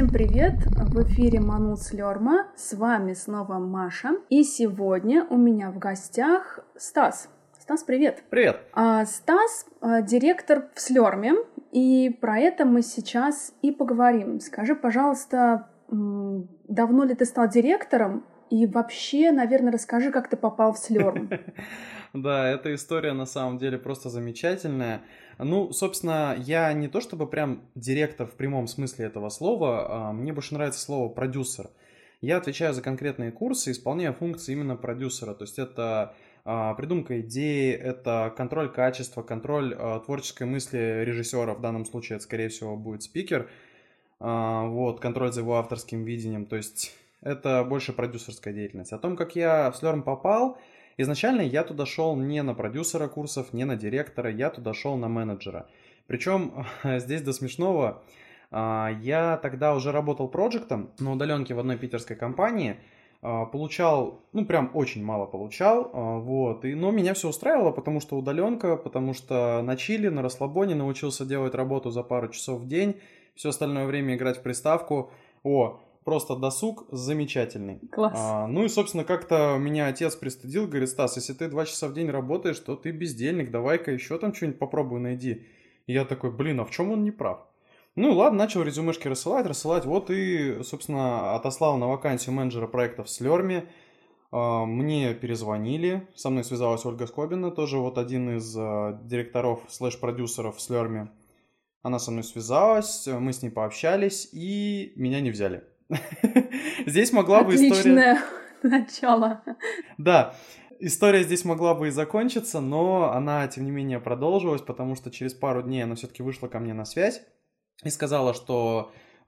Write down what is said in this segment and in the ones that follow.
Всем привет! В эфире Манул Слерма. С вами снова Маша. И сегодня у меня в гостях Стас. Стас, привет! Привет! Стас директор в Слерме, и про это мы сейчас и поговорим. Скажи, пожалуйста, давно ли ты стал директором? И вообще, наверное, расскажи, как ты попал в Слерм. Да, эта история на самом деле просто замечательная. Ну, собственно, я не то чтобы прям директор в прямом смысле этого слова, мне больше нравится слово продюсер. Я отвечаю за конкретные курсы, исполняю функции именно продюсера. То есть это придумка идеи, это контроль качества, контроль творческой мысли режиссера. В данном случае это, скорее всего, будет спикер. Вот, контроль за его авторским видением. То есть это больше продюсерская деятельность. О том, как я в Slurm попал, изначально я туда шел не на продюсера курсов, не на директора, я туда шел на менеджера. Причем здесь до смешного, я тогда уже работал проектом на удаленке в одной питерской компании, получал, ну прям очень мало получал, вот, но меня все устраивало, потому что удаленка, потому что на чиле, на расслабоне научился делать работу за пару часов в день, все остальное время играть в приставку. Просто досуг замечательный. Класс. Ну и, собственно, как-то меня отец пристыдил, говорит: Стас, если ты 2 часа в день работаешь, то ты бездельник, давай-ка еще там что-нибудь попробуй найди. И я такой, а в чем он не прав? Ну ладно, начал резюмешки рассылать, вот и, собственно, отослал на вакансию менеджера проекта в Слерме. Мне перезвонили, со мной связалась Ольга Скобина, тоже вот один из директоров слэш-продюсеров в Слерме. Она со мной связалась, мы с ней пообщались, и меня не взяли. Здесь могла бы история... Отличное начало. Да, история здесь могла бы и закончиться, но она, тем не менее, продолжилась, потому что через пару дней она все-таки вышла ко мне на связь и сказала, что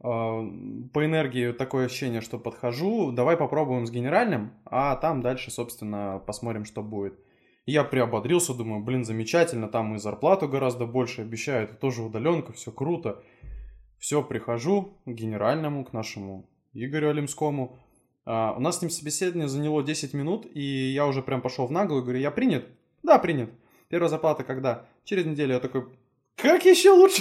по энергии такое ощущение, что подхожу, давай попробуем с генеральным, а там дальше, собственно, посмотрим, что будет. Я приободрился, думаю, замечательно, там и зарплату гораздо больше обещают, и тоже удаленка, все круто. Все, прихожу к генеральному, к нашему Игорю Алимскому. У нас с ним собеседование заняло 10 минут, и я уже прям пошел в наглую, говорю, я принят? Да, принят. Первая зарплата когда? Через неделю. Я такой, как еще лучше?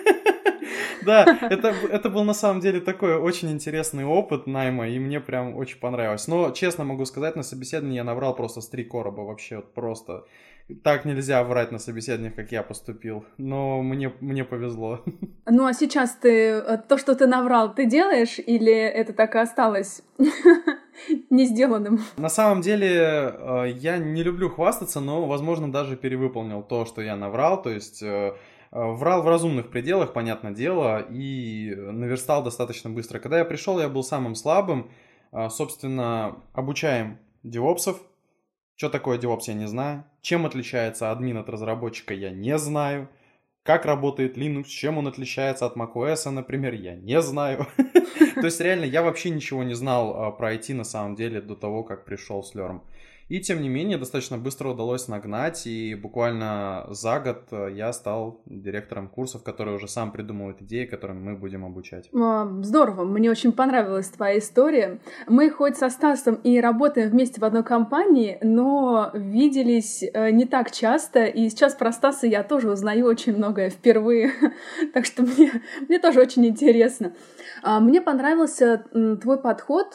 Да, это был на самом деле такой очень интересный опыт найма, и мне прям очень понравилось. Но, честно могу сказать, на собеседовании я наврал просто с 3 короба вообще, вот просто. Так нельзя врать на собеседованиях, как я поступил, но мне повезло. Ну а сейчас то, что ты наврал, ты делаешь, или это так и осталось не сделанным? На самом деле я не люблю хвастаться, но, возможно, даже перевыполнил то, что я наврал, то есть врал в разумных пределах, понятное дело, и наверстал достаточно быстро. Когда я пришел, я был самым слабым, собственно, обучаем девопсов. Что такое DevOps, я не знаю. Чем отличается админ от разработчика, я не знаю. Как работает Linux, чем он отличается от macOS, например, я не знаю. То есть реально я вообще ничего не знал про IT на самом деле до того, как пришел в Slurm. И тем не менее достаточно быстро удалось нагнать, и буквально за год я стал директором курсов, который уже сам придумывает идеи, которыми мы будем обучать. Здорово, мне очень понравилась твоя история. Мы хоть со Стасом и работаем вместе в одной компании, но виделись не так часто, и сейчас про Стаса я тоже узнаю очень многое впервые, так что мне тоже очень интересно. Мне понравился твой подход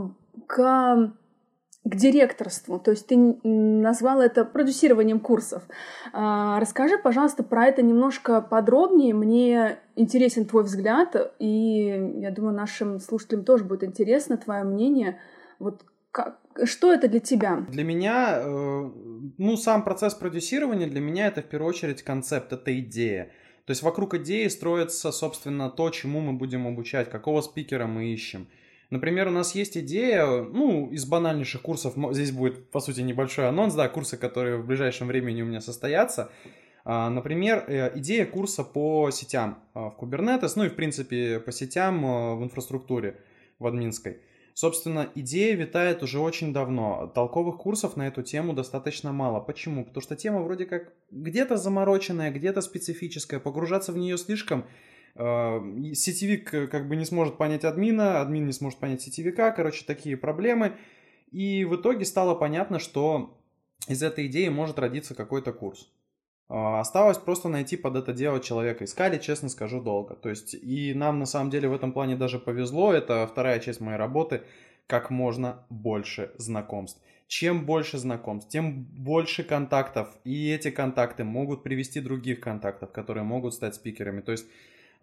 к директорству, то есть ты назвал это продюсированием курсов. Расскажи, пожалуйста, про это немножко подробнее. Мне интересен твой взгляд, и я думаю, нашим слушателям тоже будет интересно твое мнение. Вот что это для тебя? Для меня, сам процесс продюсирования для меня это в первую очередь концепт, это идея. То есть вокруг идеи строится, собственно, то, чему мы будем обучать, какого спикера мы ищем. Например, у нас есть идея, из банальнейших курсов, здесь будет, по сути, небольшой анонс, да, курсы, которые в ближайшем времени у меня состоятся. Например, идея курса по сетям в Kubernetes, и, в принципе, по сетям в инфраструктуре, в админской. Собственно, идея витает уже очень давно. Толковых курсов на эту тему достаточно мало. Почему? Потому что тема вроде как где-то замороченная, где-то специфическая. Погружаться в нее слишком... Сетевик как бы не сможет понять админа, админ не сможет понять сетевика. Короче, такие проблемы. И в итоге стало понятно, что из этой идеи может родиться какой-то курс. Осталось просто найти под это дело человека. Искали, честно скажу, долго. То есть, и нам на самом деле в этом плане даже повезло. Это вторая часть моей работы. Как можно больше знакомств. Чем больше знакомств, тем больше контактов. И эти контакты могут привести других контактов, которые могут стать спикерами. То есть,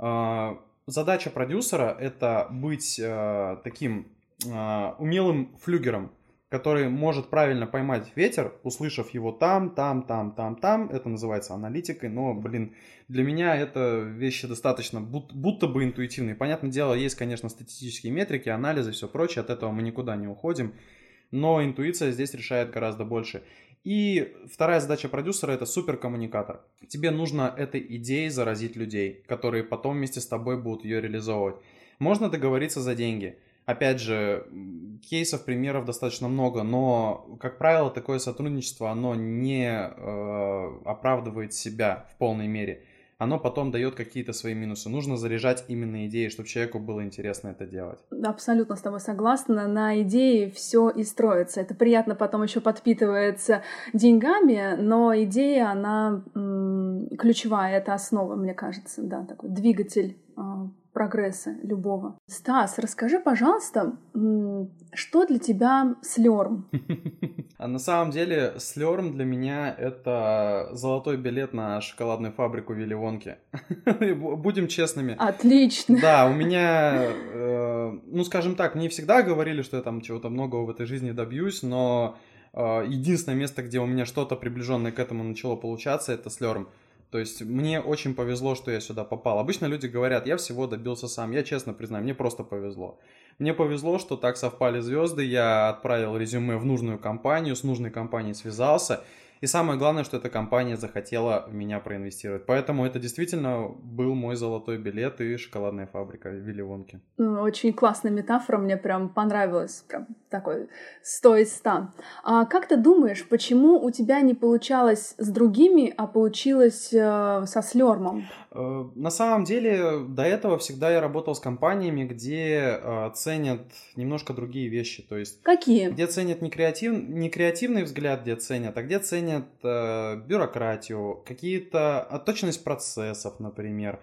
задача продюсера — это быть таким умелым флюгером, который может правильно поймать ветер, услышав его там. Это называется аналитикой, но, для меня это вещи достаточно будто бы интуитивные. Понятное дело, есть, конечно, статистические метрики, анализы, все прочее, от этого мы никуда не уходим, но интуиция здесь решает гораздо больше. И вторая задача продюсера — это суперкоммуникатор. Тебе нужно этой идеей заразить людей, которые потом вместе с тобой будут ее реализовывать. Можно договориться за деньги. Опять же, кейсов, примеров достаточно много, но, как правило, такое сотрудничество, оно не оправдывает себя в полной мере. Оно потом дает какие-то свои минусы. Нужно заряжать именно идеи, чтобы человеку было интересно это делать. Абсолютно с тобой согласна. На идее все и строится. Это приятно потом еще подпитывается деньгами, но идея, она ключевая, это основа, мне кажется, да, такой двигатель прогресса любого. Стас, расскажи, пожалуйста, что для тебя слёрм? А на самом деле слёрм для меня — это золотой билет на шоколадную фабрику Вилли Вонки. Будем честными. Отлично. Да, у меня, скажем так, мне всегда говорили, что я там чего-то многого в этой жизни добьюсь, но единственное место, где у меня что-то приближенное к этому начало получаться, это слёрм. То есть мне очень повезло, что я сюда попал. Обычно люди говорят, я всего добился сам. Я честно признаю, мне просто повезло. Мне повезло, что так совпали звезды, я отправил резюме в нужную компанию, с нужной компанией связался. И самое главное, что эта компания захотела в меня проинвестировать. Поэтому это действительно был мой золотой билет и шоколадная фабрика Вилли Вонки. Очень классная метафора, мне прям понравилась. Прям такой 100 из 100. А как ты думаешь, почему у тебя не получалось с другими, а получилось со слёрмом? На самом деле, до этого всегда я работал с компаниями, где ценят немножко другие вещи. То есть, какие? Где ценят не креативный взгляд, где ценят, а где ценят бюрократию, какие-то точность процессов, например.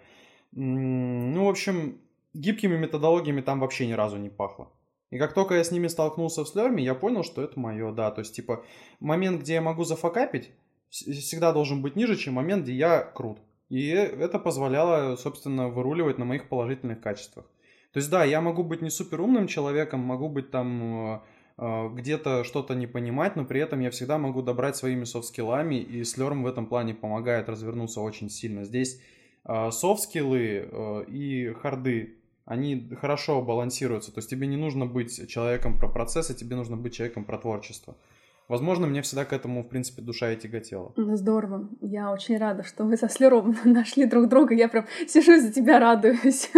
В общем, гибкими методологиями там вообще ни разу не пахло. И как только я с ними столкнулся в слёрме, я понял, что это мое, да. То есть, момент, где я могу зафакапить, всегда должен быть ниже, чем момент, где я крут. И это позволяло, собственно, выруливать на моих положительных качествах. То есть, да, я могу быть не супер умным человеком, могу быть там где-то что-то не понимать, но при этом я всегда могу добрать своими софт-скиллами, и слёрм в этом плане помогает развернуться очень сильно. Здесь софт-скиллы и харды, они хорошо балансируются. То есть тебе не нужно быть человеком про процессы, тебе нужно быть человеком про творчество. Возможно, мне всегда к этому, в принципе, душа и тяготела. Здорово. Я очень рада, что вы со слёрмом нашли друг друга. Я прям сижу и за тебя радуюсь.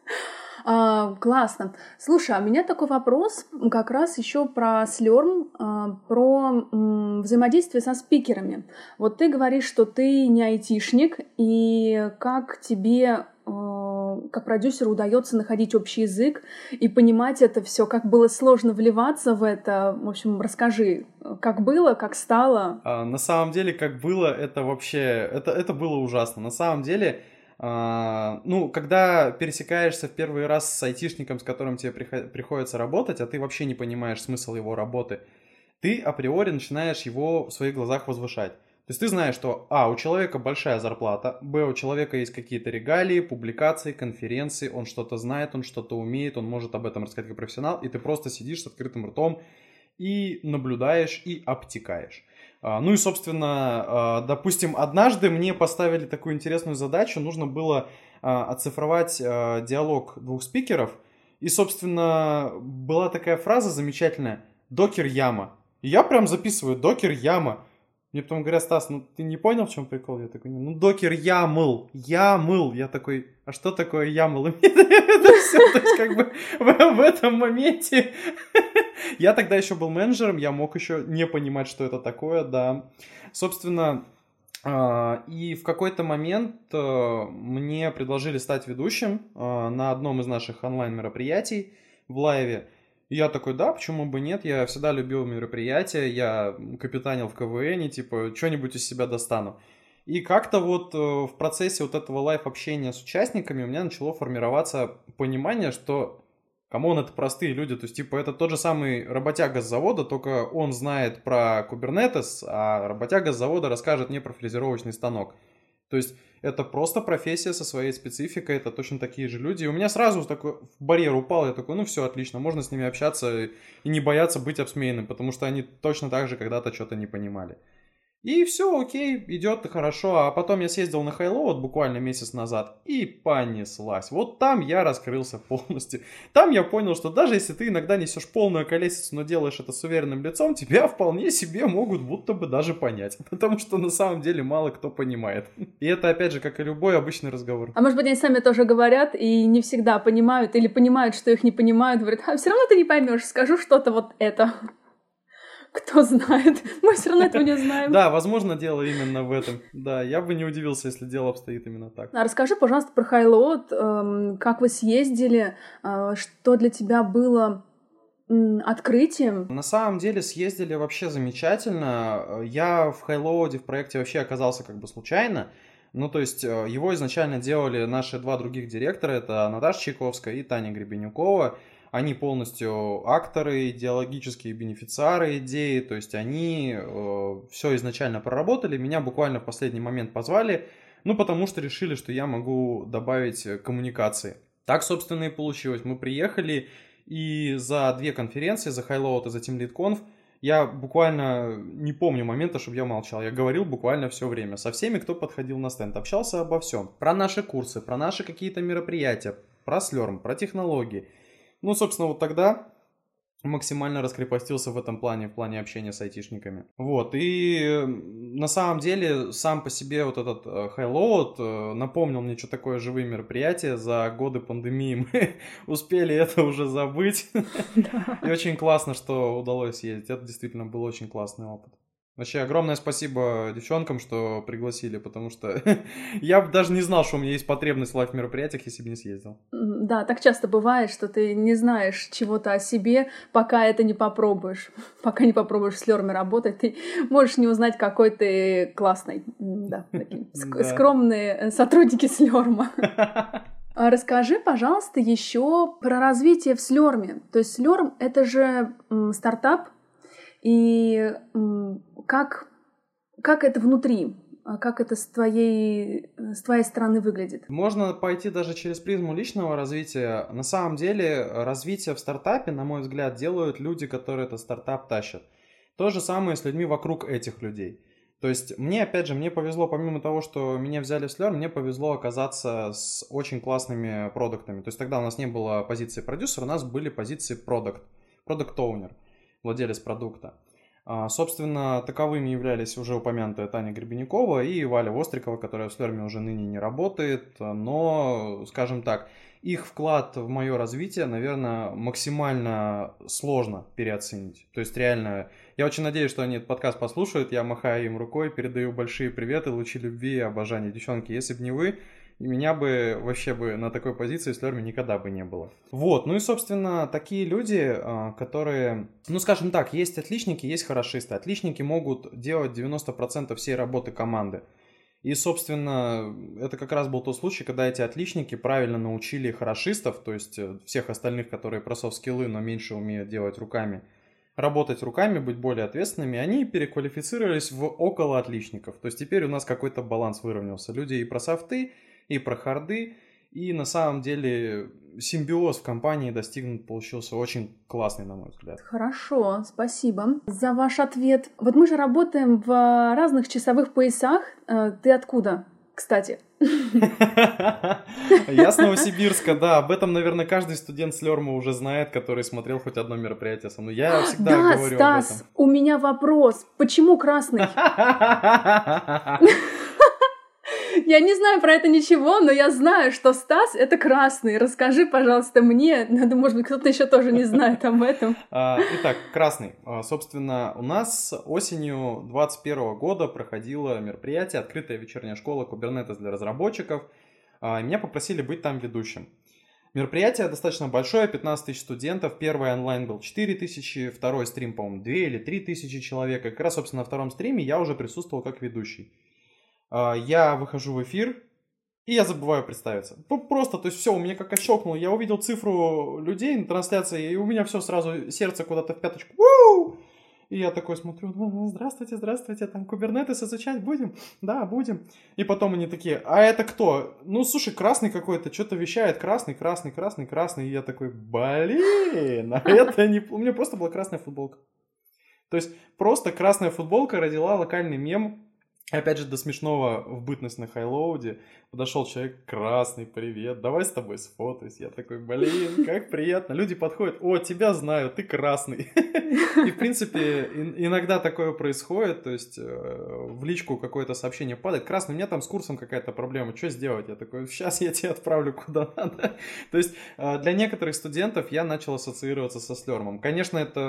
Классно. Слушай, а у меня такой вопрос как раз еще про слёрм, про взаимодействие со спикерами. Вот ты говоришь, что ты не айтишник, и как тебе, как продюсеру, удается находить общий язык и понимать это все, как было сложно вливаться в это. В общем, расскажи, как было, как стало. На самом деле, как было, это вообще, это было ужасно. На самом деле, когда пересекаешься в первый раз с айтишником, с которым тебе приходится работать, а ты вообще не понимаешь смысл его работы, ты априори начинаешь его в своих глазах возвышать. То есть ты знаешь, что у человека большая зарплата, у человека есть какие-то регалии, публикации, конференции, он что-то знает, он что-то умеет, он может об этом рассказать как профессионал, и ты просто сидишь с открытым ртом и наблюдаешь, и обтекаешь. И, собственно, допустим, однажды мне поставили такую интересную задачу. Нужно было оцифровать диалог двух спикеров. И, собственно, была такая фраза замечательная: «Докер-яма». И я прям записываю: «Докер-яма». Мне потом говорят: «Стас, ты не понял, в чем прикол?» Я такой: докер-ямл, ямл. Я такой: а что такое ямл? И это все, то есть как бы в этом моменте... Я тогда еще был менеджером, я мог еще не понимать, что это такое, да. Собственно, и в какой-то момент мне предложили стать ведущим на одном из наших онлайн-мероприятий в лайве. И я такой: да, почему бы нет, я всегда любил мероприятия, я капитанил в КВН, что-нибудь из себя достану. И как-то вот в процессе вот этого лайв-общения с участниками у меня начало формироваться понимание, что, камон, это простые люди, то есть, типа, это тот же самый работяга с завода, только он знает про Kubernetes, а работяга с завода расскажет мне про фрезеровочный станок. То есть, это просто профессия со своей спецификой, это точно такие же люди. И у меня сразу такой барьер упал, я такой, ну все, отлично, можно с ними общаться и не бояться быть обсмеянным, потому что они точно так же когда-то что-то не понимали. И все, окей, идет хорошо. А потом я съездил на Halo вот буквально месяц назад и понеслась. Вот там я раскрылся полностью. Там я понял, что даже если ты иногда несешь полную колесицу, но делаешь это с уверенным лицом, тебя вполне себе могут будто бы даже понять. Потому что на самом деле мало кто понимает. И это опять же, как и любой обычный разговор. А может быть, они сами тоже говорят и не всегда понимают, или понимают, что их не понимают, говорят, а все равно ты не поймешь, скажу что-то вот это. Кто знает? Мы все равно этого не знаем. Да, возможно, дело именно в этом. Да, я бы не удивился, если дело обстоит именно так. А расскажи, пожалуйста, про Хайлоуд, как вы съездили, что для тебя было открытием? На самом деле съездили вообще замечательно. Я в Хайлоуде в проекте вообще оказался как бы случайно. Ну, то есть его изначально делали наши два других директора, это Наташа Чайковская и Таня Гребенюкова. Они полностью акторы, идеологические бенефициары идеи, то есть они все изначально проработали, меня буквально в последний момент позвали, ну потому что решили, что я могу добавить коммуникации. Так, собственно, и получилось. Мы приехали, и за две конференции, за Highload и за TeamLead.Conf, я буквально не помню момента, чтобы я молчал. Я говорил буквально все время со всеми, кто подходил на стенд, общался обо всем. Про наши курсы, про наши какие-то мероприятия, про Slurm, про технологии. Ну, собственно, вот тогда максимально раскрепостился в этом плане, в плане общения с айтишниками. Вот, и на самом деле сам по себе вот этот Highload напомнил мне, что такое живые мероприятия. За годы пандемии мы успели это уже забыть. И очень классно, что удалось ездить. Это действительно был очень классный опыт. Вообще, огромное спасибо девчонкам, что пригласили, потому что я бы даже не знал, что у меня есть потребность в лайв-мероприятиях, если бы не съездил. Да, так часто бывает, что ты не знаешь чего-то о себе, пока это не попробуешь. Пока не попробуешь с Slurm работать, ты можешь не узнать, какой ты классный. Да, такие скромные сотрудники Slurm. Расскажи, пожалуйста, еще про развитие в Slurm. То есть Slurm — это же стартап, и как это внутри? Как это с твоей стороны выглядит? Можно пойти даже через призму личного развития. На самом деле, развитие в стартапе, на мой взгляд, делают люди, которые этот стартап тащат. То же самое с людьми вокруг этих людей. То есть мне, опять же, мне повезло, помимо того, что меня взяли в Slurm, мне повезло оказаться с очень классными продуктами. То есть тогда у нас не было позиции продюсера, у нас были позиции продукт-оунер, владелец продукта. Собственно, таковыми являлись уже упомянутая Таня Гребенюкова и Валя Вострикова, которая в Slurm уже ныне не работает, но, скажем так, их вклад в мое развитие, наверное, максимально сложно переоценить. То есть реально, я очень надеюсь, что они этот подкаст послушают, я махаю им рукой, передаю большие приветы, лучи любви и обожания. Девчонки, если бы не вы, и меня бы вообще бы на такой позиции в Slurm никогда бы не было. Вот, ну и, собственно, такие люди, которые, ну, скажем так, есть отличники, есть хорошисты. Отличники могут делать 90% всей работы команды. И, собственно, это как раз был тот случай, когда эти отличники правильно научили хорошистов, то есть всех остальных, которые про софт-скиллы, но меньше умеют делать руками, работать руками, быть более ответственными, они переквалифицировались в около отличников. То есть теперь у нас какой-то баланс выровнялся. Люди и про софты, и про харды, и на самом деле симбиоз в компании достигнут получился очень классный, на мой взгляд. Хорошо, спасибо за ваш ответ. Вот мы же работаем в разных часовых поясах. Ты откуда, кстати? Я с Новосибирска, да. Об этом, наверное, каждый студент Slurm уже знает, который смотрел хоть одно мероприятие со мной. Я всегда говорю об этом. Стас, у меня вопрос. Почему красный? Я не знаю про это ничего, но я знаю, что Стас — это красный. Расскажи, пожалуйста, мне. Может быть, кто-то еще тоже не знает об этом. Итак, красный. Собственно, у нас осенью 2021 года проходило мероприятие «Открытая вечерняя школа Kubernetes для разработчиков». Меня попросили быть там ведущим. Мероприятие достаточно большое, 15 тысяч студентов. Первый онлайн был 4 тысячи, второй стрим, по-моему, 2 или 3 тысячи человек. И как раз, собственно, на втором стриме я уже присутствовал как ведущий. Я выхожу в эфир, и я забываю представиться. Просто, то есть все, у меня как щелкнуло. Я увидел цифру людей на трансляции, и у меня все сразу сердце куда-то в пяточку. У-у-у! И я такой смотрю, здравствуйте, здравствуйте, там кубернетес изучать будем? Да, будем. И потом они такие, а это кто? Ну, слушай, красный какой-то, что-то вещает, красный, красный, красный, красный. И я такой, блин, а это не... У меня просто была красная футболка. То есть просто красная футболка родила локальный мем. Опять же, до смешного в бытность на хайлоуде подошел человек, красный, привет, давай с тобой сфотаюсь. Я такой, блин, как приятно. Люди подходят, о, тебя знаю, ты красный. И, в принципе, иногда такое происходит, то есть в личку какое-то сообщение падает. Красный, у меня там с курсом какая-то проблема, что сделать? Я такой, сейчас я тебя отправлю куда надо. То есть для некоторых студентов я начал ассоциироваться со слермом. Конечно, это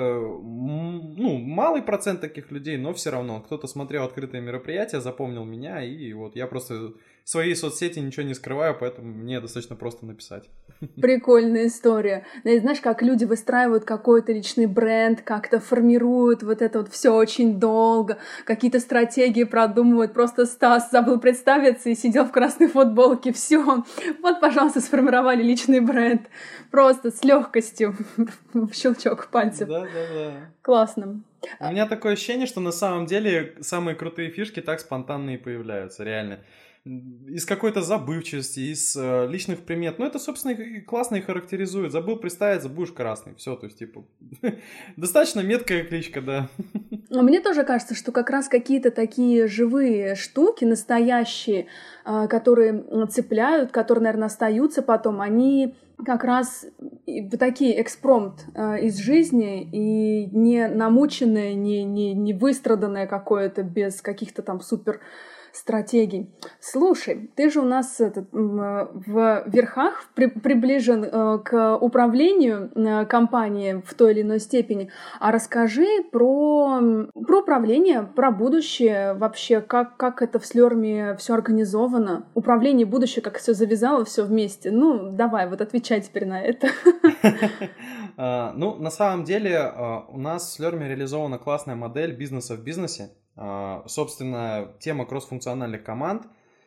малый процент таких людей, но все равно кто-то смотрел открытые мероприятия, запомнил меня, и вот я просто в своей соцсети ничего не скрываю, поэтому мне достаточно просто написать. Прикольная история. Знаешь, как люди выстраивают какой-то личный бренд, как-то формируют вот это вот все очень долго, какие-то стратегии продумывают. Просто Стас забыл представиться и сидел в красной футболке. Все. Вот, пожалуйста, сформировали личный бренд. Просто с легкостью. Щелчок пальцев. Да. Классно. У меня такое ощущение, что на самом деле самые крутые фишки так спонтанно и появляются, реально. Из какой-то забывчивости, из личных примет. Ну, это, собственно, классно и характеризует. Забыл представиться, будешь красный. Все, то есть, типа, достаточно меткая кличка, да. Мне тоже кажется, что как раз какие-то такие живые штуки, настоящие, которые цепляют, которые, наверное, остаются потом, они как раз такие экспромт из жизни и не намученное, не выстраданное какое-то без каких-то там супер стратегий. Слушай, ты же у нас в верхах приближен к управлению компанией в той или иной степени. А расскажи про управление, про будущее вообще, как это в Слерме все организовано. Управление, будущее, как все завязало, все вместе. Ну, давай, вот отвечай теперь на это. Ну, на самом деле, у нас в Слерме реализована классная модель бизнеса в бизнесе. Собственно, тема кроссфункциональных команд.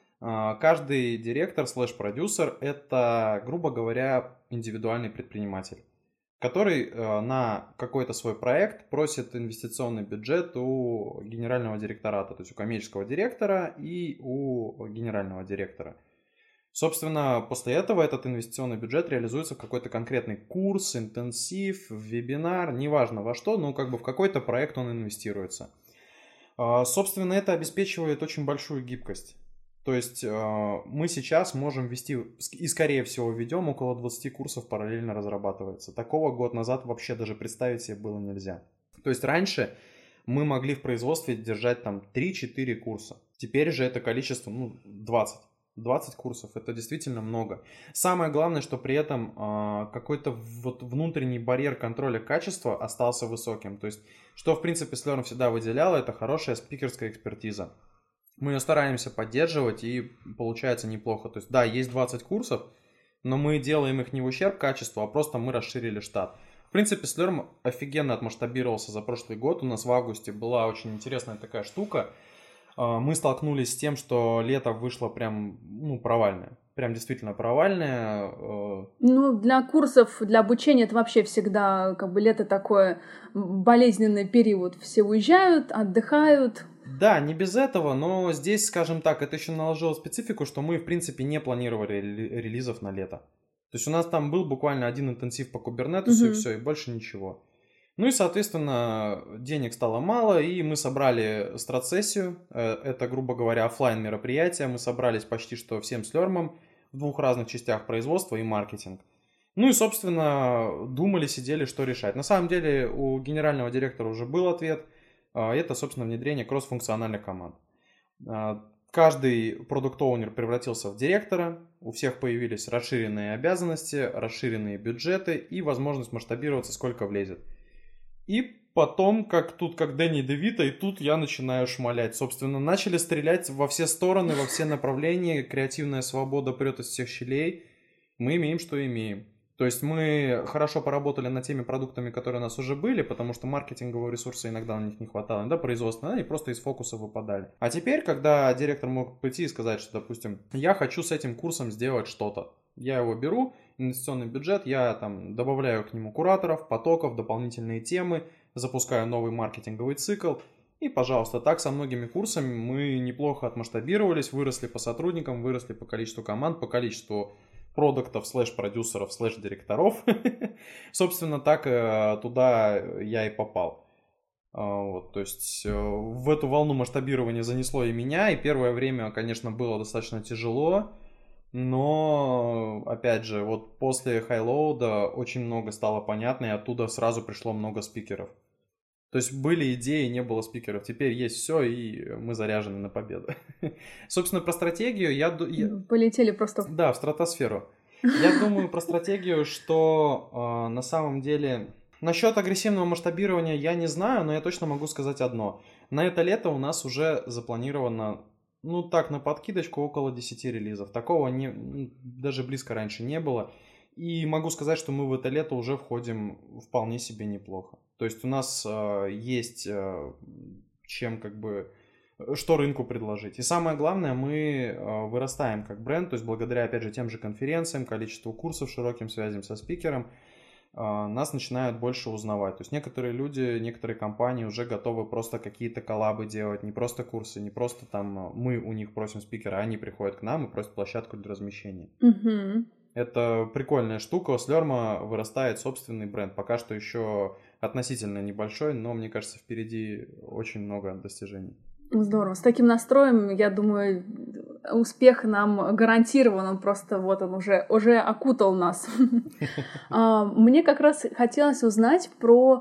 Каждый директор /продюсер – это, грубо говоря, индивидуальный предприниматель, который на какой-то свой проект просит инвестиционный бюджет у генерального директората, то есть у коммерческого директора и у генерального директора. Собственно, после этого этот инвестиционный бюджет реализуется в какой-то конкретный курс, интенсив, вебинар, неважно во что, но как бы в какой-то проект он инвестируется. Собственно, это обеспечивает очень большую гибкость. То есть мы сейчас можем вести, и скорее всего ведем, около 20 курсов параллельно разрабатывается. Такого год назад вообще даже представить себе было нельзя. То есть раньше мы могли в производстве держать там 3-4 курса. Теперь же это количество 20. 20 курсов, это действительно много. Самое главное, что при этом какой-то вот внутренний барьер контроля качества остался высоким. То есть, что в принципе Слерм всегда выделяло, это хорошая спикерская экспертиза. Мы ее стараемся поддерживать, и получается неплохо. То есть, да, есть 20 курсов, но мы делаем их не в ущерб качеству, а просто мы расширили штат. В принципе, Слерм офигенно отмасштабировался за прошлый год. У нас в августе была очень интересная такая штука. Мы столкнулись с тем, что лето вышло прям, провальное. Прям действительно провальное. Ну, для курсов, для обучения это вообще всегда, как бы, лето такой болезненный период. Все уезжают, отдыхают. Да, не без этого, но здесь, скажем так, это еще наложило специфику, что мы, в принципе, не планировали релизов на лето. То есть у нас там был буквально один интенсив по кубернетесу, и все, и больше ничего. Ну и, соответственно, денег стало мало, и мы собрали стратсессию. Это, грубо говоря, офлайн мероприятие. Мы собрались почти что всем Слермом в двух разных частях: производства и маркетинг. Ну и, собственно, думали, сидели, что решать. На самом деле у генерального директора уже был ответ. Это, собственно, внедрение кроссфункциональных команд. Каждый продукт-оунер превратился в директора, у всех появились расширенные обязанности, расширенные бюджеты и возможность масштабироваться, сколько влезет. И потом, как Дэнни Девито, и тут я начинаю шмалять. Собственно, начали стрелять во все стороны, во все направления. Креативная свобода прет из всех щелей. Мы имеем, что имеем. То То есть мы хорошо поработали над теми продуктами, которые у нас уже были, потому что маркетингового ресурса иногда на них не хватало, иногда производственного, они просто из фокуса выпадали. А теперь, когда директор мог прийти и сказать, что, допустим, я хочу с этим курсом сделать что-то, я его беру, инвестиционный бюджет, я там добавляю к нему кураторов, потоков, дополнительные темы, запускаю новый маркетинговый цикл. И, пожалуйста, так со многими курсами мы неплохо отмасштабировались, выросли по сотрудникам, выросли по количеству команд, по количеству продуктов, слэш-продюсеров, слэш-директоров. Собственно, так туда я и попал. Вот, то есть в эту волну масштабирования занесло и меня, и первое время, конечно, было достаточно тяжело, но, опять же, вот после хайлоуда очень много стало понятно, и оттуда сразу пришло много спикеров. То есть были идеи, не было спикеров. Теперь есть все, и мы заряжены на победу. Собственно, про стратегию Полетели просто... Да, в стратосферу. Я думаю про стратегию, что на самом деле... Насчет агрессивного масштабирования я не знаю, но я точно могу сказать одно. На это лето у нас уже запланировано, ну так, на подкидочку около 10 релизов. Такого даже близко раньше не было. И могу сказать, что мы в это лето уже входим вполне себе неплохо. То есть у нас есть чем что рынку предложить. И самое главное, мы вырастаем как бренд, то есть благодаря, опять же, тем же конференциям, количеству курсов, широким связям со спикером, нас начинают больше узнавать. То есть некоторые люди, некоторые компании уже готовы просто какие-то коллабы делать, не просто курсы, не просто там мы у них просим спикера, а они приходят к нам и просят площадку для размещения. Угу. Это прикольная штука. У Slurm вырастает собственный бренд. Пока что еще относительно небольшой, но мне кажется, впереди очень много достижений. Здорово. С таким настроем, я думаю, успех нам гарантирован. Он просто вот он уже окутал нас. Мне как раз хотелось узнать про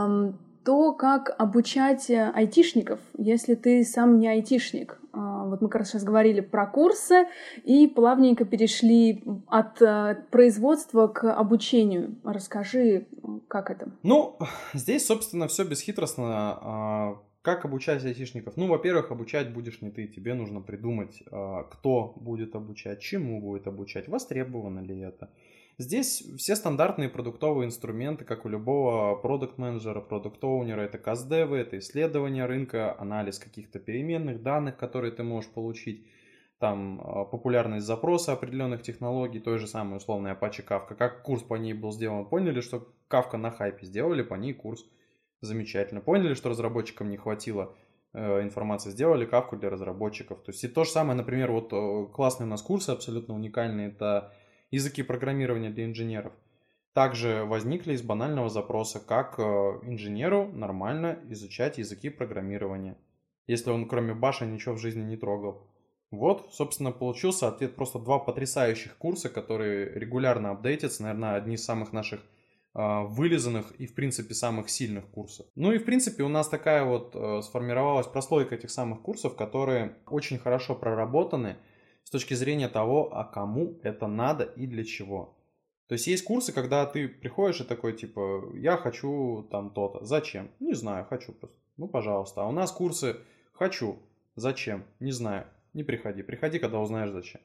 то, как обучать айтишников, если ты сам не айтишник. Вот мы как раз сейчас говорили про курсы и плавненько перешли от производства к обучению. Расскажи, как это? Ну, здесь, собственно, все бесхитростно. Как обучать айтишников? Ну, во-первых, обучать будешь не ты. Тебе нужно придумать, кто будет обучать, чему будет обучать, востребовано ли это. Здесь все стандартные продуктовые инструменты, как у любого продакт-менеджера, продукт-оунера, это каздевы, это исследование рынка, анализ каких-то переменных данных, которые ты можешь получить, там популярность запроса определенных технологий, той же самой условной Apache Kafka. Как курс по ней был сделан? Поняли, что Kafka на хайпе, сделали по ней курс. Замечательно. Поняли, что разработчикам не хватило информации, сделали Kafka для разработчиков. То есть и то же самое, например, вот классные у нас курсы, абсолютно уникальные, это языки программирования для инженеров. Также возникли из банального запроса, как инженеру нормально изучать языки программирования, если он кроме баша ничего в жизни не трогал. Вот, собственно, получился ответ. Просто два потрясающих курса, которые регулярно апдейтятся, наверное, одни из самых наших вылизанных и, в принципе, самых сильных курсов. Ну и, в принципе, у нас такая вот сформировалась прослойка этих самых курсов, которые очень хорошо проработаны с точки зрения того, а кому это надо и для чего. То есть есть курсы, когда ты приходишь и такой, типа, я хочу там то-то. Зачем? Не знаю, хочу просто. Ну, пожалуйста. А у нас курсы хочу. Зачем? Не знаю. Не приходи. Приходи, когда узнаешь зачем.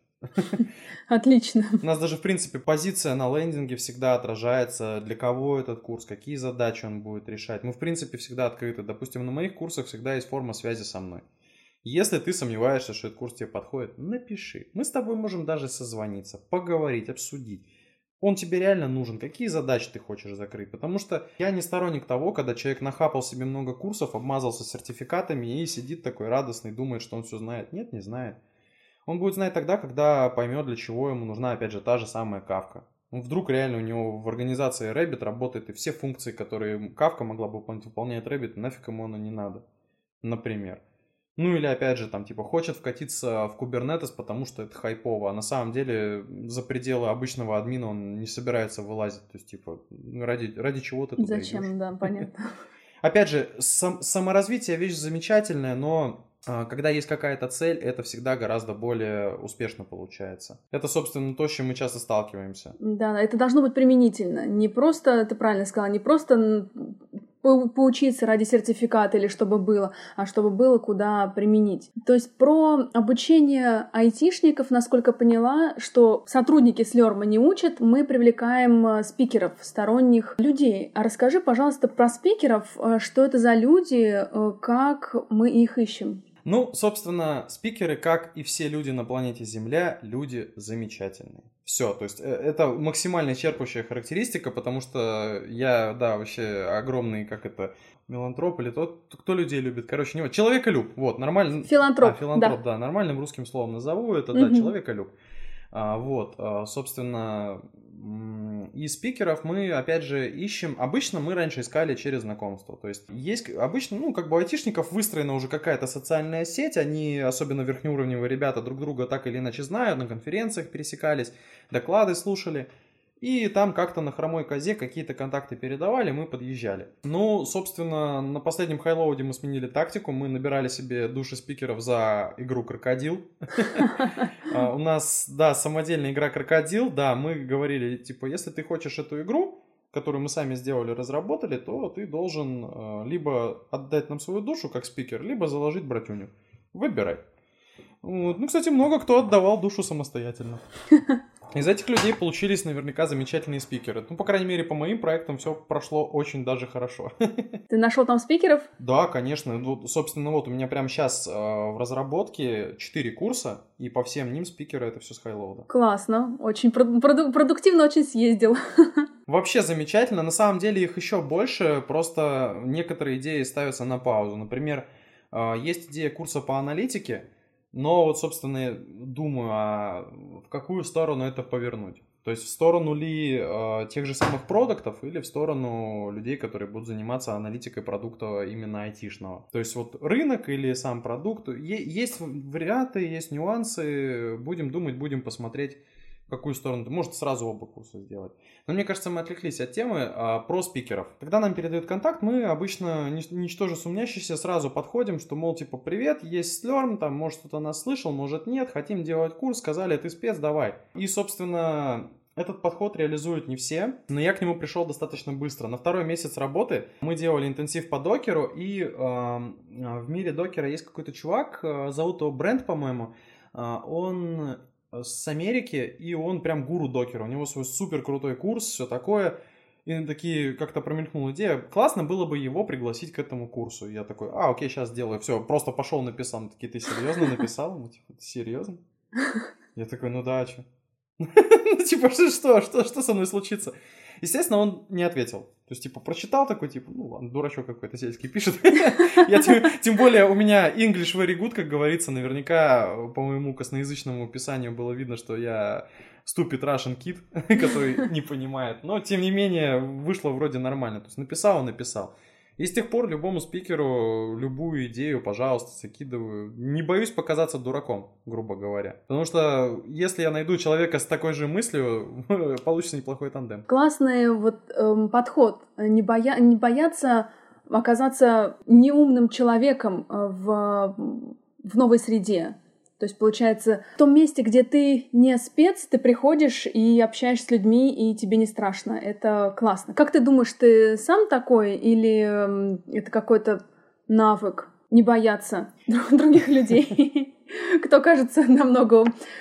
Отлично. У нас даже, в принципе, позиция на лендинге всегда отражается, для кого этот курс, какие задачи он будет решать. Мы, в принципе, всегда открыты. Допустим, на моих курсах всегда есть форма связи со мной. Если ты сомневаешься, что этот курс тебе подходит, напиши. Мы с тобой можем даже созвониться, поговорить, обсудить. Он тебе реально нужен, какие задачи ты хочешь закрыть. Потому что я не сторонник того, когда человек нахапал себе много курсов, обмазался сертификатами и сидит такой радостный, думает, что он все знает. Нет, не знает. Он будет знать тогда, когда поймет, для чего ему нужна, опять же, та же самая Kafka. Вдруг реально у него в организации Rabbit работает, и все функции, которые Kafka могла бы выполнять, выполняет Rabbit, нафиг ему оно не надо. Например. Ну или опять же, там, типа, хочет вкатиться в Kubernetes, потому что это хайпово, а на самом деле за пределы обычного админа он не собирается вылазить. То есть, типа, ради чего ты туда Зачем, идешь? да, понятно. Опять же, саморазвитие вещь замечательная, но когда есть какая-то цель, это всегда гораздо более успешно получается. Это, собственно, то, с чем мы часто сталкиваемся. Да, это должно быть применительно. Не просто, ты правильно сказала, не просто поучиться ради сертификата или чтобы было, а чтобы было куда применить. То есть про обучение айтишников, насколько поняла, что сотрудники Слерма не учат, мы привлекаем спикеров, сторонних людей. А расскажи, пожалуйста, про спикеров, что это за люди, как мы их ищем? Ну, собственно, спикеры, как и все люди на планете Земля, люди замечательные. Все, то есть это максимально исчерпывающая характеристика, потому что я, да, вообще огромный, мелантроп или тот, кто людей любит. Короче, не человеколюб, вот, нормально. Филантроп, филантроп, да, нормальным русским словом назову это, да, человеколюб. Собственно, и спикеров мы, опять же, ищем. Обычно мы раньше искали через знакомство. То есть обычно, у айтишников выстроена уже какая-то социальная сеть. Они, особенно верхнеуровневые ребята, друг друга так или иначе знают, на конференциях пересекались, доклады слушали. И там как-то на хромой козе какие-то контакты передавали, мы подъезжали. Собственно, на последнем хайлоуде мы сменили тактику. Мы набирали себе души спикеров за игру «Крокодил». У нас, да, самодельная игра «Крокодил». Да, мы говорили, если ты хочешь эту игру, которую мы сами сделали, разработали, то ты должен либо отдать нам свою душу как спикер, либо заложить братюню. Выбирай. Кстати, много кто отдавал душу самостоятельно. Из этих людей получились наверняка замечательные спикеры. По крайней мере, по моим проектам все прошло очень даже хорошо. Ты нашел там спикеров? Да, конечно. Собственно, у меня прямо сейчас в разработке 4 курса, и по всем ним спикеры — это все с хайлоуда. Классно. Очень продуктивно очень съездил. Вообще замечательно. На самом деле их еще больше, просто некоторые идеи ставятся на паузу. Например, есть идея курса по аналитике, но собственно, думаю, в какую сторону это повернуть. То есть в сторону ли тех же самых продуктов или в сторону людей, которые будут заниматься аналитикой продукта именно айтишного. То есть рынок или сам продукт. Есть варианты, есть нюансы. Будем думать, будем посмотреть, в какую сторону. Может сразу оба курса сделать. Но мне кажется, мы отвлеклись от темы про спикеров. Когда нам передают контакт, мы обычно, ничтоже сумнящиеся, сразу подходим, что, мол, привет, есть Slurm, там, может, кто-то нас слышал, может, нет, хотим делать курс, сказали, ты спец, давай. И, собственно, этот подход реализуют не все, но я к нему пришел достаточно быстро. На второй месяц работы мы делали интенсив по докеру, и в мире докера есть какой-то чувак, зовут его Брент, по-моему, он с Америки, и он прям гуру докера. У него свой супер крутой курс, все такое. И такие, как-то промелькнула идея. Классно было бы его пригласить к этому курсу. Я такой, окей, сейчас сделаю. Все, просто пошел, написал. Он такие, ты серьезно написал? Ты серьезно? Я такой, да, а что? Что со мной случится? Естественно, он не ответил. То есть, прочитал такой, ладно, дурачок какой-то сельский пишет. Я тем более, у меня English very good, как говорится, наверняка по моему косноязычному писанию было видно, что я stupid Russian kid, который не понимает. Но, тем не менее, вышло вроде нормально. То есть, написал. И с тех пор любому спикеру любую идею, пожалуйста, закидываю. Не боюсь показаться дураком, грубо говоря. Потому что если я найду человека с такой же мыслью, получится неплохой тандем. Классный подход. Не бояться оказаться неумным человеком в новой среде. То есть, получается, в том месте, где ты не спец, ты приходишь и общаешься с людьми, и тебе не страшно. Это классно. Как ты думаешь, ты сам такой или это какой-то навык не бояться других людей? Кто, кажется, намного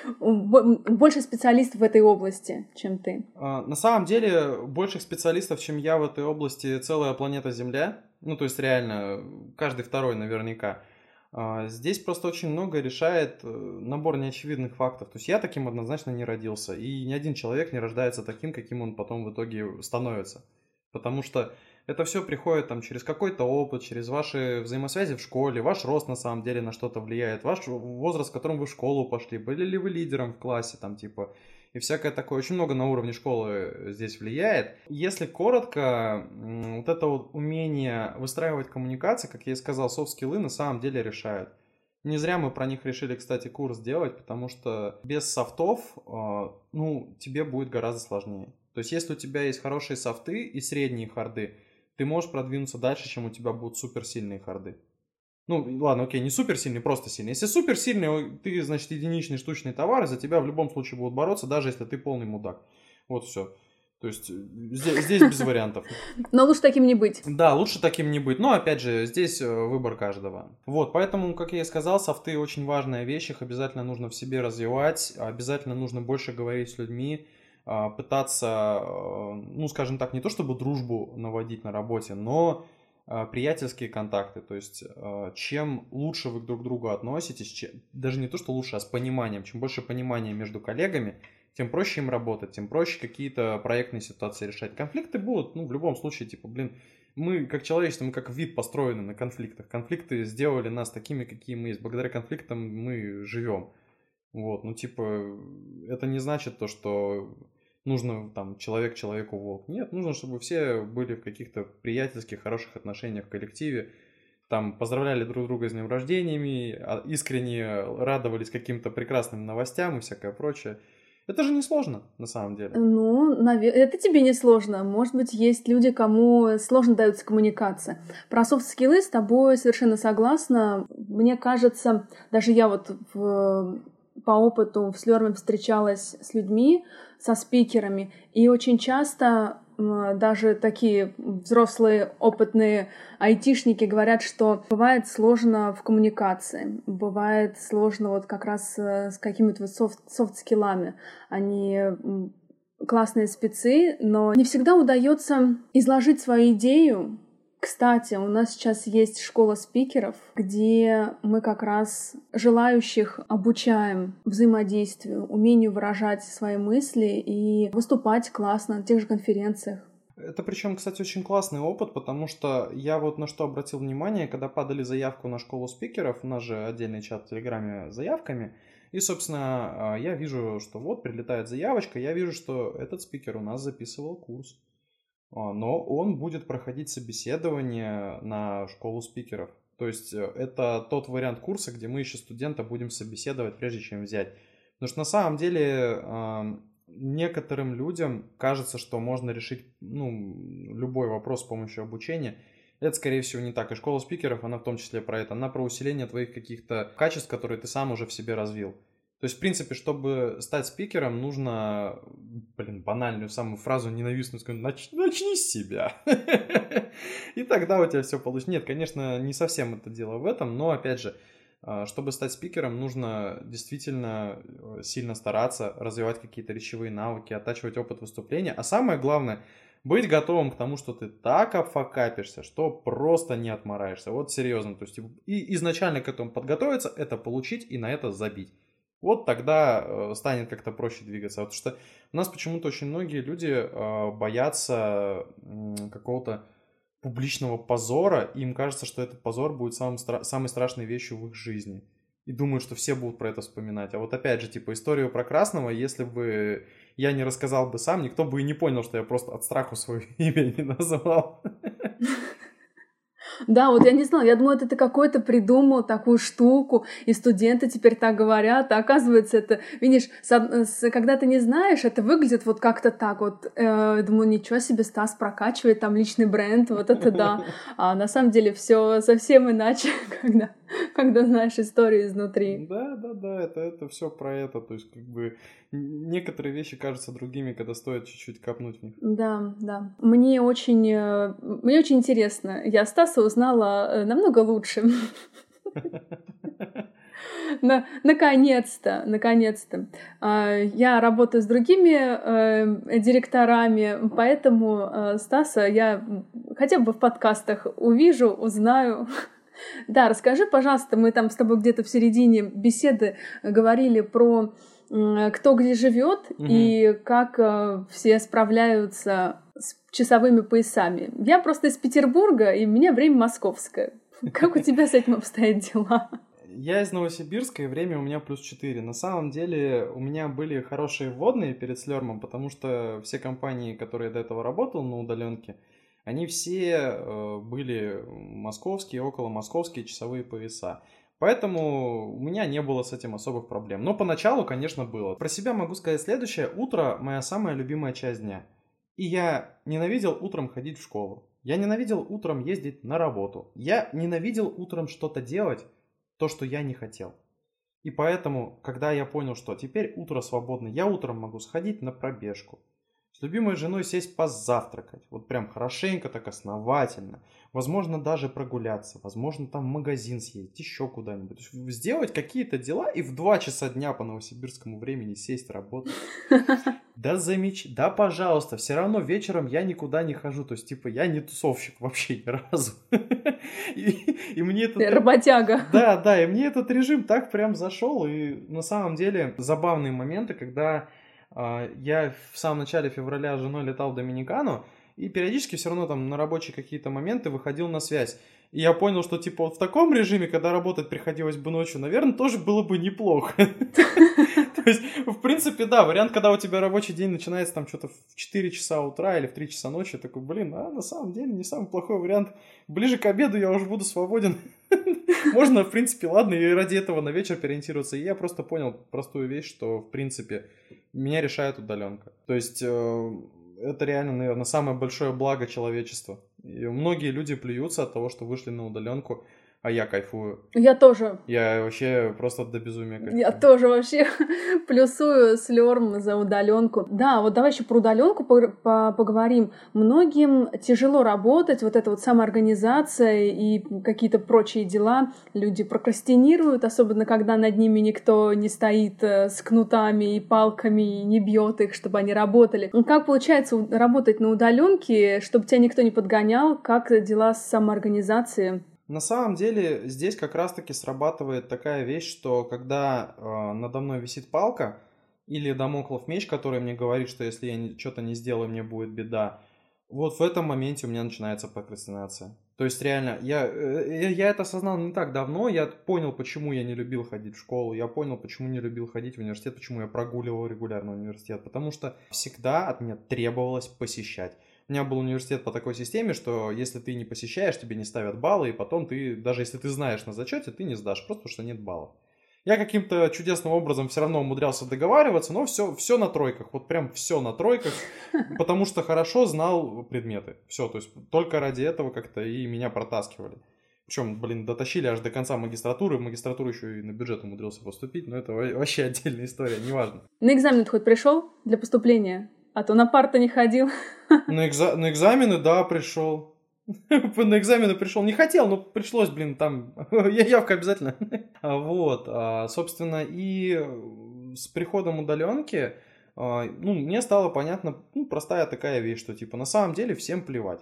больше специалистов в этой области, чем ты? На самом деле, больших специалистов, чем я в этой области, целая планета Земля. То есть, реально, каждый второй наверняка. Здесь просто очень много решает набор неочевидных фактов. То есть я таким однозначно не родился. И ни один человек не рождается таким, каким он потом в итоге становится. Потому что это все приходит через какой-то опыт, через ваши взаимосвязи в школе, ваш рост на самом деле на что-то влияет, ваш возраст, в котором вы в школу пошли, были ли вы лидером в классе, и всякое такое. Очень много на уровне школы здесь влияет. Если коротко, это умение выстраивать коммуникации, как я и сказал, софт-скиллы на самом деле решают. Не зря мы про них решили, кстати, курс делать, потому что без софтов, тебе будет гораздо сложнее. То есть, если у тебя есть хорошие софты и средние харды, ты можешь продвинуться дальше, чем у тебя будут суперсильные харды. Ладно, окей, не суперсильный, просто сильный. Если суперсильный, ты, значит, единичный штучный товар, и за тебя в любом случае будут бороться, даже если ты полный мудак. Вот все. То есть здесь без вариантов. Но лучше таким не быть. Да, лучше таким не быть. Но опять же, здесь выбор каждого. Вот, поэтому, как я и сказал, софты очень важная вещь, их обязательно нужно в себе развивать, обязательно нужно больше говорить с людьми, пытаться, ну, скажем так, не то чтобы дружбу наводить на работе, но приятельские контакты. То есть, чем лучше вы друг к другу относитесь, даже не то, что лучше, а с пониманием, чем больше понимания между коллегами, тем проще им работать, тем проще какие-то проектные ситуации решать. Конфликты будут, ну, в любом случае, типа, блин, мы как человечество, мы как вид построены на конфликтах. Конфликты сделали нас такими, какие мы есть. Благодаря конфликтам мы живем. Вот, ну, типа, это не значит то, что нужно там человек человеку волк. Нет, нужно, чтобы все были в каких-то приятельских, хороших отношениях в коллективе. Там поздравляли друг друга с днем рождениями, искренне радовались каким-то прекрасным новостям и всякое прочее. Это же не сложно, на самом деле. Ну, это тебе не сложно. Может быть, есть люди, кому сложно дается коммуникация. Про софт-скиллы с тобой совершенно согласна. Мне кажется, даже я вот по опыту в Слёрме встречалась с людьми, со спикерами, и очень часто даже такие взрослые, опытные айтишники говорят, что бывает сложно в коммуникации, бывает сложно вот как раз с какими-то софт-скиллами. Они классные спецы, но не всегда удается изложить свою идею. Кстати, у нас сейчас есть школа спикеров, где мы как раз желающих обучаем взаимодействию, умению выражать свои мысли и выступать классно на тех же конференциях. Это причем, кстати, очень классный опыт, потому что я вот на что обратил внимание, когда подали заявку на школу спикеров, у нас же отдельный чат в Телеграме с заявками, и, собственно, я вижу, что вот прилетает заявочка, я вижу, что этот спикер у нас записывал курс. Но он будет проходить собеседование на школу спикеров. То есть это тот вариант курса, где мы еще студента будем собеседовать, прежде чем взять. Потому что на самом деле некоторым людям кажется, что можно решить любой вопрос с помощью обучения. Это, скорее всего, не так. И школа спикеров, она в том числе про это. Она про усиление твоих каких-то качеств, которые ты сам уже в себе развил. То есть, в принципе, чтобы стать спикером, нужно, банальную самую фразу ненавистную сказать: начни с себя. И тогда у тебя все получится. Нет, конечно, не совсем это дело в этом, но, опять же, чтобы стать спикером, нужно действительно сильно стараться, развивать какие-то речевые навыки, оттачивать опыт выступления. А самое главное, быть готовым к тому, что ты так обфакапишься, что просто не отмораешься. Вот серьезно. То есть, и изначально к этому подготовиться, это получить и на это забить. Вот тогда станет как-то проще двигаться. Потому что у нас почему-то очень многие люди боятся какого-то публичного позора, и им кажется, что этот позор будет самой страшной вещью в их жизни. И думают, что все будут про это вспоминать. А вот опять же, типа, историю про Красного, если бы я не рассказал бы сам, никто бы и не понял, что я просто от страха свое имя не назвал. Да, вот я не знала, я думала, это ты какой-то придумал такую штуку, и студенты теперь так говорят, а оказывается это, видишь, когда ты не знаешь, это выглядит вот как-то так вот, думаю, ничего себе, Стас прокачивает там личный бренд, вот это да, а на самом деле все совсем иначе, когда знаешь историю изнутри. Да, это все про это, то есть как бы некоторые вещи кажутся другими, когда стоит чуть-чуть копнуть в них. Да. Мне очень интересно. Я Стаса узнала намного лучше. Наконец-то. Я работаю с другими директорами, поэтому Стаса я хотя бы в подкастах увижу, узнаю. Да, расскажи, пожалуйста, мы там с тобой где-то в середине беседы говорили про кто где живет и как все справляются с часовыми поясами. Я просто из Петербурга, и у меня время московское. Как у тебя с этим обстоят дела? Я из Новосибирска, и время у меня +4. На самом деле у меня были хорошие вводные перед Слёрмом, потому что все компании, которые я до этого работал на удаленке, они все были московские, около московские часовые пояса. Поэтому у меня не было с этим особых проблем. Но поначалу, конечно, было. Про себя могу сказать следующее. Утро – моя самая любимая часть дня. И я ненавидел утром ходить в школу. Я ненавидел утром ездить на работу. Я ненавидел утром что-то делать, то, что я не хотел. И поэтому, когда я понял, что теперь утро свободно, я утром могу сходить на пробежку. С любимой женой сесть позавтракать. Вот прям хорошенько, так основательно. Возможно, даже прогуляться. Возможно, там в магазин съездить, еще куда-нибудь. То есть сделать какие-то дела и в 2 часа дня по новосибирскому времени сесть работать. Да да, пожалуйста, все равно вечером я никуда не хожу, то есть, типа, я не тусовщик вообще ни разу. И мне этот... Работяга. Да, и мне этот режим так прям зашел, и на самом деле забавные моменты, когда я в самом начале февраля с женой летал в Доминикану, и периодически все равно там на рабочие какие-то моменты выходил на связь. И я понял, что типа вот в таком режиме, когда работать приходилось бы ночью, наверное, тоже было бы неплохо. То есть, в принципе, да, вариант, когда у тебя рабочий день начинается там что-то в 4 часа утра или в 3 часа ночи, такой, блин, на самом деле не самый плохой вариант. Ближе к обеду я уже буду свободен. Можно, в принципе, ладно, и ради этого на вечер переориентироваться. И я просто понял простую вещь, что, в принципе, меня решает удаленка. То есть, это реально, наверное, самое большое благо человечества. И многие люди плюются от того, что вышли на удаленку, а я кайфую. Я тоже. Я вообще просто до безумия кайфую. Я тоже вообще плюсую с Лёрм за удаленку. Да, вот давай еще про удаленку поговорим. Многим тяжело работать, вот эта вот самоорганизация и какие-то прочие дела. Люди прокрастинируют, особенно когда над ними никто не стоит с кнутами и палками и не бьет их, чтобы они работали. Как получается работать на удаленке, чтобы тебя никто не подгонял? Как дела с самоорганизацией? На самом деле здесь как раз-таки срабатывает такая вещь, что когда надо мной висит палка или дамоклов меч, который мне говорит, что если я что-то не сделаю, мне будет беда, вот в этом моменте у меня начинается прокрастинация. То есть реально, я это осознал не так давно, я понял, почему я не любил ходить в школу, я понял, почему не любил ходить в университет, почему я прогуливал регулярно университет, потому что всегда от меня требовалось посещать. У меня был университет по такой системе, что если ты не посещаешь, тебе не ставят баллы, и потом ты, даже если ты знаешь на зачете, ты не сдашь, просто потому что нет баллов. Я каким-то чудесным образом все равно умудрялся договариваться, но все на тройках, вот прям все на тройках, потому что хорошо знал предметы. Все, то есть только ради этого как-то и меня протаскивали. Причем, дотащили аж до конца магистратуры, в магистратуру еще и на бюджет умудрился поступить, но это вообще отдельная история, неважно. На экзамен ты хоть пришел для поступления? А то на пар-то не ходил. На экзамены, да, пришел. На экзамены пришел. Не хотел, но пришлось, там явка обязательно. Вот, собственно, и с приходом удаленки, мне стало понятна, простая такая вещь, что, на самом деле всем плевать.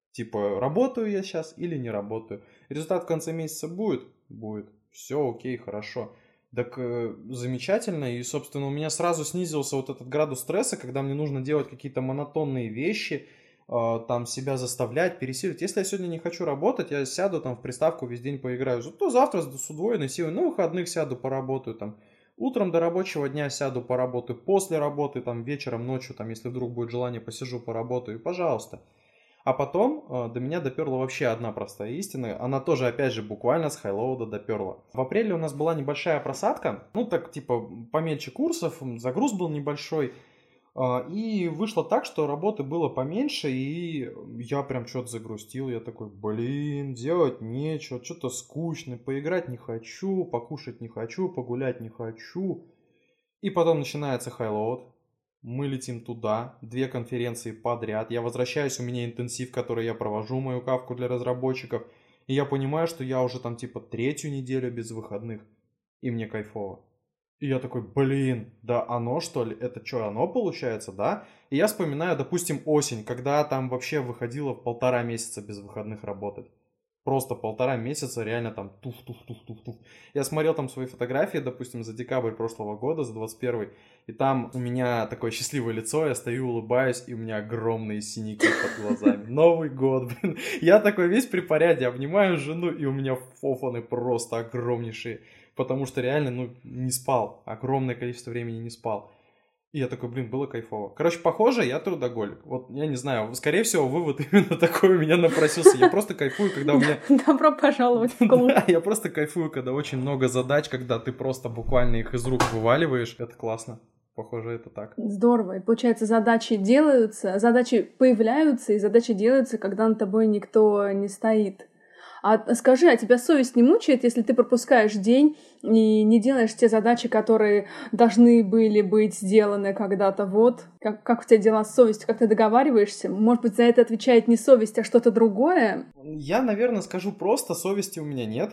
Работаю я сейчас или не работаю. Результат в конце месяца будет? Будет. Все окей, хорошо. Так замечательно, и, собственно, у меня сразу снизился вот этот градус стресса, когда мне нужно делать какие-то монотонные вещи, там себя заставлять, пересиливать. Если я сегодня не хочу работать, я сяду там в приставку весь день поиграю, то завтра с удвоенной силой, на выходных сяду поработаю, там, утром до рабочего дня сяду поработаю, после работы, там, вечером, ночью, там, если вдруг будет желание, посижу, поработаю, и пожалуйста. А потом до меня доперла вообще одна простая истина. Она тоже, опять же, буквально с хайлоуда доперла. В апреле у нас была небольшая просадка. Помельче курсов, загруз был небольшой. И вышло так, что работы было поменьше, и я прям что-то загрустил. Я такой, делать нечего, что-то скучно, поиграть не хочу, покушать не хочу, погулять не хочу. И потом начинается хайлоуд. Мы летим туда, 2 конференции подряд. Я возвращаюсь, у меня интенсив, который я провожу, мою кавку для разработчиков. И я понимаю, что я уже там 3-ю неделю без выходных. И мне кайфово. И я такой, да оно что ли? Это что, оно получается, да? И я вспоминаю, допустим, осень, когда там вообще выходило в 1,5 месяца без выходных работать. Просто 1,5 месяца реально там туф-туф-туф-туф-туф. Я смотрел там свои фотографии, допустим, за декабрь прошлого года, за 21-й. И там у меня такое счастливое лицо, я стою, улыбаюсь, и у меня огромные синяки под глазами. Новый год, Я такой весь при порядке, обнимаю жену, и у меня фофаны просто огромнейшие. Потому что реально, не спал. Огромное количество времени не спал. И я такой, было кайфово. Короче, похоже, я трудоголик. Вот, я не знаю, скорее всего, вывод именно такой у меня напросился. Я просто кайфую, когда у меня... Добро пожаловать в клуб. Да, я просто кайфую, когда очень много задач, когда ты просто буквально их из рук вываливаешь. Это классно. Похоже, это так. Здорово. И получается, задачи делаются, задачи появляются, и задачи делаются, когда над тобой никто не стоит. А скажи, а тебя совесть не мучает, если ты пропускаешь день и не делаешь те задачи, которые должны были быть сделаны когда-то? Вот. Как у тебя дела с совестью? Как ты договариваешься? Может быть, за это отвечает не совесть, а что-то другое? Я, наверное, скажу просто, совести у меня нет.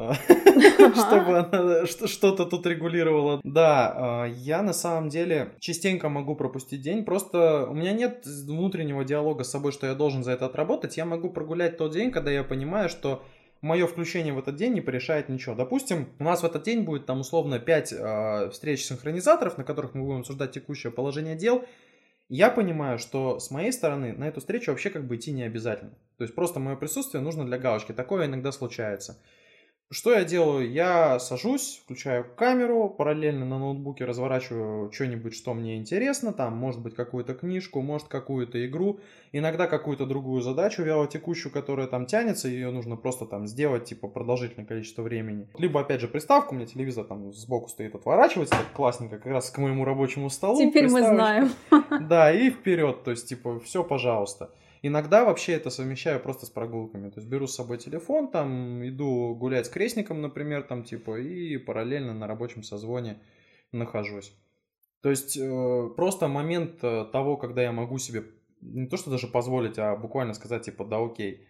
Чтобы она что-то тут регулировала. Да, я на самом деле частенько могу пропустить день, просто у меня нет внутреннего диалога с собой, что я должен за это отработать. Я могу прогулять тот день, когда я понимаю, что мое включение в этот день не порешает ничего. Допустим, у нас в этот день будет там условно 5 встреч синхронизаторов, на которых мы будем обсуждать текущее положение дел. Я понимаю, что с моей стороны на эту встречу вообще как бы идти не обязательно. То есть просто мое присутствие нужно для галочки. Такое иногда случается. Что я делаю? Я сажусь, включаю камеру, параллельно на ноутбуке разворачиваю что-нибудь, что мне интересно, там, может быть, какую-то книжку, может, какую-то игру, иногда какую-то другую задачу вялотекущую, которая там тянется, ее нужно просто там сделать, типа, продолжительное количество времени. Либо, опять же, приставку, у меня телевизор там сбоку стоит, отворачивается, так классненько, как раз к моему рабочему столу. Теперь мы знаем. Да, и вперед, то есть, типа, все, пожалуйста. Иногда вообще это совмещаю просто с прогулками. То есть беру с собой телефон, там иду гулять с крестником, например, там типа, и параллельно на рабочем созвоне нахожусь. То есть просто момент того, когда я могу себе не то что даже позволить, а буквально сказать типа да окей,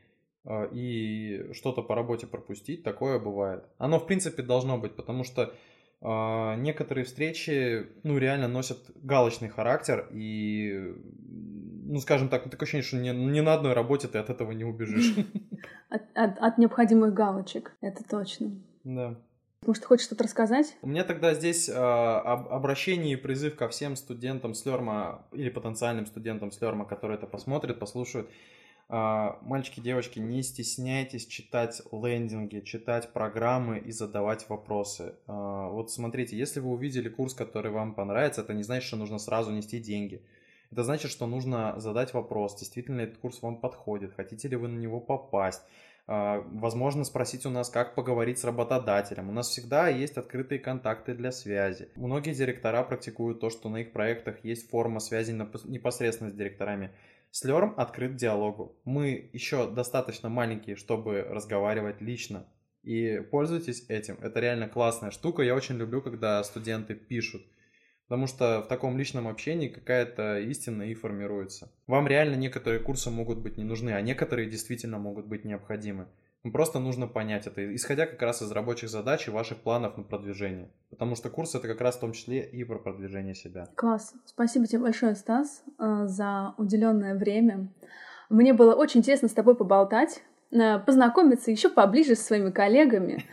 и что-то по работе пропустить, такое бывает. Оно в принципе должно быть, потому что некоторые встречи, ну, реально носят галочный характер, и, ну, скажем так, такое ощущение, что ни на одной работе ты от этого не убежишь. От необходимых галочек, это точно. Да. Может, ты хочешь что-то рассказать? У меня тогда здесь обращение и призыв ко всем студентам Слерма или потенциальным студентам Слерма, которые это посмотрят, послушают. Мальчики, девочки, не стесняйтесь читать лендинги, читать программы и задавать вопросы. Вот смотрите, если вы увидели курс, который вам понравится, это не значит, что нужно сразу нести деньги. Это значит, что нужно задать вопрос, действительно ли этот курс вам подходит, хотите ли вы на него попасть. Возможно, спросить у нас, как поговорить с работодателем. У нас всегда есть открытые контакты для связи. Многие директора практикуют то, что на их проектах есть форма связи непосредственно с директорами. Слерм открыт к диалогу. Мы еще достаточно маленькие, чтобы разговаривать лично. И пользуйтесь этим. Это реально классная штука. Я очень люблю, когда студенты пишут. Потому что в таком личном общении какая-то истина и формируется. Вам реально некоторые курсы могут быть не нужны, а некоторые действительно могут быть необходимы. Просто нужно понять это, исходя как раз из рабочих задач и ваших планов на продвижение. Потому что курс это как раз в том числе и про продвижение себя. Класс. Спасибо тебе большое, Стас, за уделенное время. Мне было очень интересно с тобой поболтать, познакомиться еще поближе с своими коллегами.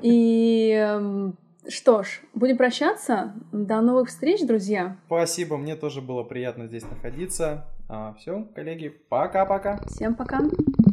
И что ж, будем прощаться. До новых встреч, друзья. Спасибо, мне тоже было приятно здесь находиться. Все, коллеги, пока-пока. Всем пока.